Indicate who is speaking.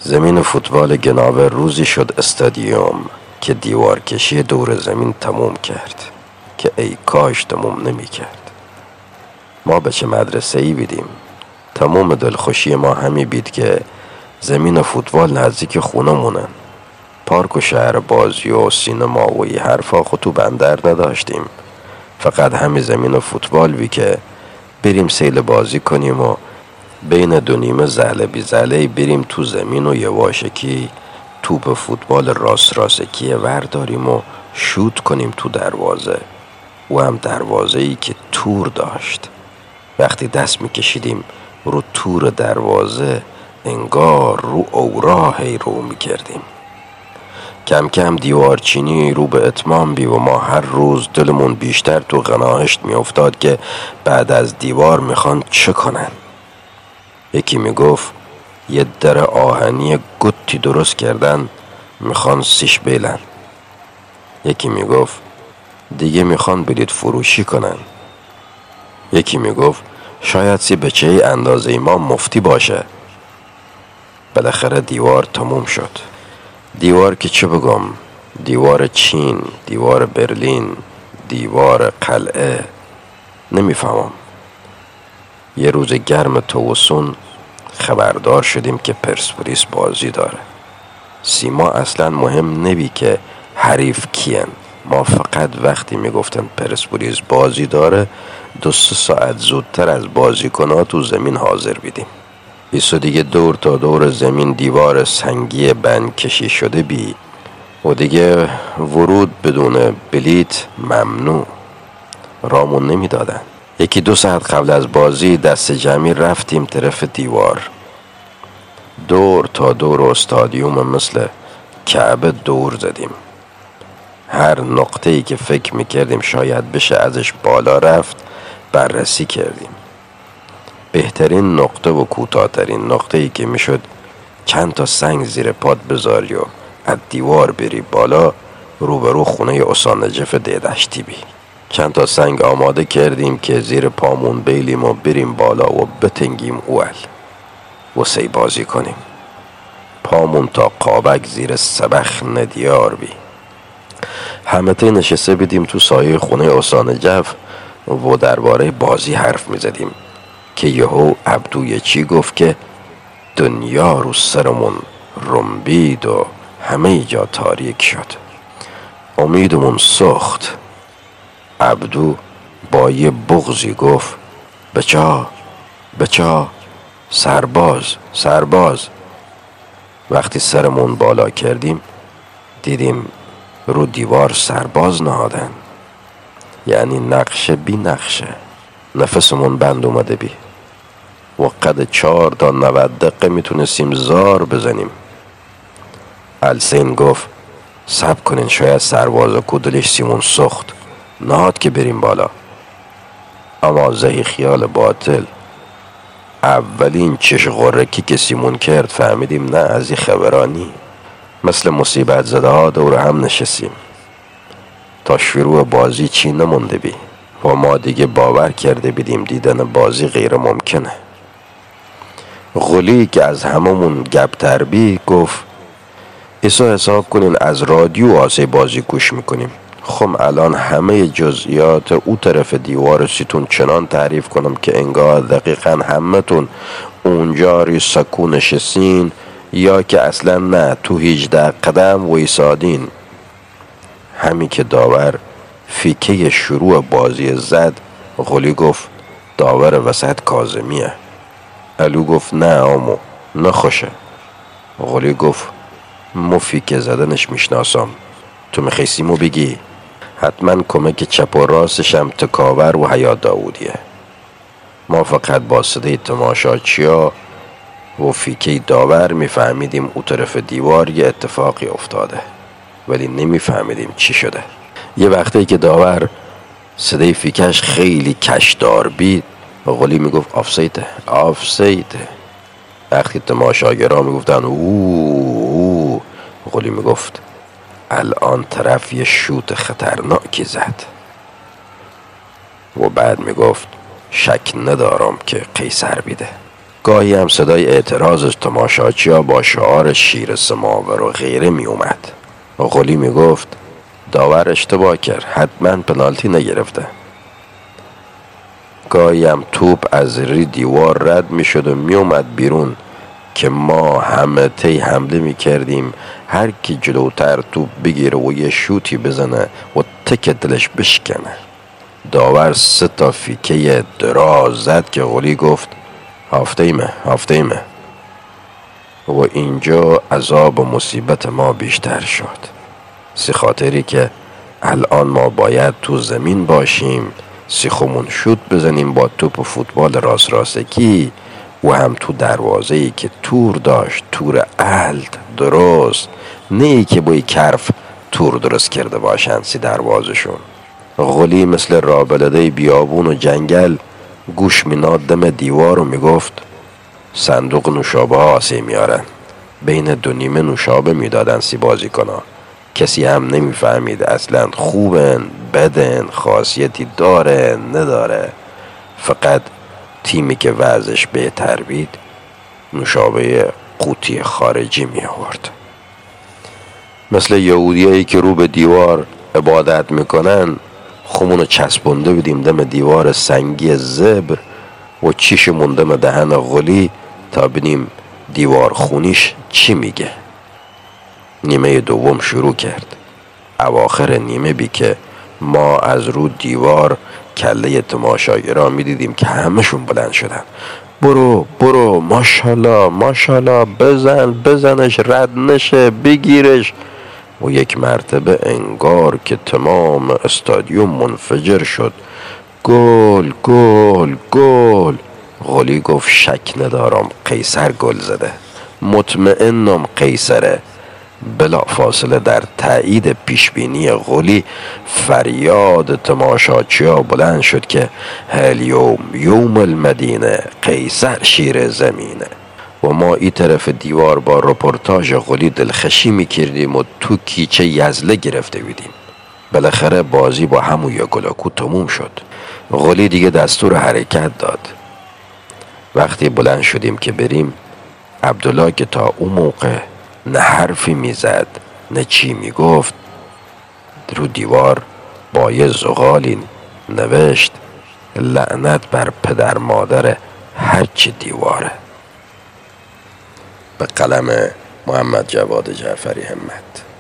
Speaker 1: زمین فوتبال گناور روزی شد استادیوم که دیوار کشی دور زمین تموم کرد که ای کاش تموم نمی کرد. ما به چه مدرسه ای بیدیم. تمام دلخوشی ما همی بید که زمین فوتبال نزدیک خونه مونن. پارک و شهر بازی و سینما و ای حرفا خود تو بندر نداشتیم. فقط همی زمین فوتبال بی که بریم سیل بازی کنیم و بین دو نیمه زله بی زله بریم تو زمین و یواشکی توپ فوتبال راستکیه ورداریم و شوت کنیم تو دروازه، و هم دروازه ای که تور داشت. وقتی دست میکشیدیم رو تور دروازه انگار رو اوراهی رو میکردیم. کم کم دیوارچینی رو به اتمام بی و ما هر روز دلمون بیشتر تو غناهشت میافتاد که بعد از دیوار میخوان چه کنن. یکی میگفت یه در آهنی گتی درست کردن میخوان سیش بیلن. یکی میگفت دیگه میخوان بلیط فروشی کنن. یکی میگفت شاید سی بچه اندازه ما مفتی باشه. بالاخره دیوار تموم شد. دیوار که چه بگم، دیوار چین، دیوار برلین، دیوار قلعه، نمیفهمم. یه روز گرم توسون خبردار شدیم که پرسپولیس بازی داره. سیما اصلا مهم نبی که حریف کین. ما فقط وقتی میگفتن پرسپولیس بازی داره 2-3 ساعت زودتر از بازیکن‌ها تو زمین حاضر بیدیم. بیسو دیگه دور تا دور زمین دیوار سنگی بند کشی شده بی و دیگه ورود بدون بلیت ممنوع. رامون نمیدادن. 1-2 ساعت قبل از بازی دست جمعی رفتیم طرف دیوار. دور تا دور استادیوم مثل کعبه دور زدیم. هر نقطه‌ای که فکر میکردیم شاید بشه ازش بالا رفت بررسی کردیم. بهترین نقطه و کوتاه‌ترین نقطه‌ای که میشد چند تا سنگ زیر پات بذاری و از دیوار بری بالا روبرو خونه اسانجف دیدشتی بی. چند تا سنگ آماده کردیم که زیر پامون بیلیم و بریم بالا و بتنگیم اول و سی بازی کنیم. پامون تا قابک زیر سبخ ندیار بی. همه تی نشسته بیدیم تو سایه خونه اسانجف و درباره بازی حرف میزدیم که یهو عبدوی چی گفت که دنیا رو سرمون رنبید و همه جا تاریک شد. امیدمون سخت. عبدو با یه بغضی گفت بچا سرباز. وقتی سرمون بالا کردیم دیدیم رو دیوار سرباز نهادن، یعنی نقشه بی نقشه. نفسمون بند اومده بی و قد 4 تا 90 دقیقه میتونستیم زار بزنیم. السین گفت صبر کنین شاید سربازا کودلش سیمون سخت نهاد که بریم بالا. اما زهی خیال باطل. اولین چش غرکی که سیمون کرد فهمیدیم نه از این خبرانی. مثل مصیبت زده ها دور هم نشستیم. تا شروع بازی چی نمونده بی و ما دیگه باور کرده بیدیم دیدن بازی غیر ممکنه. غلی که از هممون گبتر بی گفت ایسا حساب کنین از رادیو آسه بازی گوش میکنیم. خب الان همه جزئیات او طرف دیوار سیتون چنان تعریف کنم که انگار دقیقا همه تون اونجا ری سکون نشستین یا که اصلا نه تو 18 قدم ویسادین. همی که داور فیکه شروع بازی زد غلی گفت داور وسط کاظمیه. الو گفت نه آمو نخوشه. غلی گفت مو فیکه زدنش میشناسم، تو میخوای سیمو بگی؟ حتما کمک چپ و راستشم تکاور و حیات داودیه. ما فقط با صدای تماشاچیا و فیکه داور میفهمیدیم او طرف دیوار یه اتفاقی افتاده، ولی نمیفهمیدیم چی شده. یه وقتی که داور صدای فیکش خیلی کشدار بید غلی میگفت آفسیده. وقتی تماشاگرها میگفتن اوه غلی میگفت الان طرف یه شوت خطرناکی زد و بعد میگفت شک ندارم که قیصر بیده. گاهی هم صدای اعتراض از تماشاچی‌ها با شعار شیر سماور و غیره می اومد. قلی می گفت داور اشتباه کرد، حتما پنالتی نگرفته. گاهی هم توپ از ری دیوار رد می شد و می اومد بیرون که ما همه تی حمله می کردیم هر کی جلوتر توپ بگیره و یه شوتی بزنه و تک دلش بشکنه. داور 3 فیکه دراز زد که قلی گفت هفته ایمه و اینجا عذاب و مصیبت ما بیشتر شد. سی خاطری که الان ما باید تو زمین باشیم، سیخمون شوت بزنیم با توپ و فوتبال راستکی و هم تو دروازه‌ای که تور داشت، تور الد درست، نه که بای کرف تور درست کرده باشن سی دروازشون. قلی مثل رابلده بیابون و جنگل گوش میناد دم دیوار و میگفت صندوق نوشابه ها آسی میارن. بین 2 نیمه نوشابه میدادن سی بازی کنن. کسی هم نمیفهمید اصلا خوبن بدن، خاصیتی داره نداره. فقط تیمی که وضعش بهتر بید نوشابه قوطی خارجی می آورد. مثل یهودیایی که رو به دیوار عبادت میکنن خمونو چسبونده بودیم دم دیوار سنگی زبر و چیشمون دم دهن قلی تا ببینیم دیوار خونیش چی میگه. نیمه دوم شروع کرد. اواخر نیمه بی که ما از رو دیوار کله تماشاگران میدیدیم که همشون بلند شدن. برو ماشالله بزنش رد نشه بگیرش. و یک مرتبه انگار که تمام استادیوم منفجر شد. گل. قلی گفت شک ندارم قیصر گل زده، مطمئنم قیصره. بلا فاصله در تایید پیشبینی قلی فریاد تماشاچی‌ها بلند شد که هلیوم یوم المدینه، قیصر شیر زمینه. و ما این طرف دیوار با رپورتاج قلی دلخشی میکردیم و تو کیچه یزله گرفته بودیم. بالاخره بازی با همون یا گلاکو تموم شد. قلی دیگه دستور حرکت داد. وقتی بلند شدیم که بریم، عبدالله که تا اون موقع نه حرفی میزد نه چی میگفت، رو دیوار با یه زغالی نوشت لعنت بر پدر مادر هرچی دیواره. به قلم محمد جواد جعفری همت.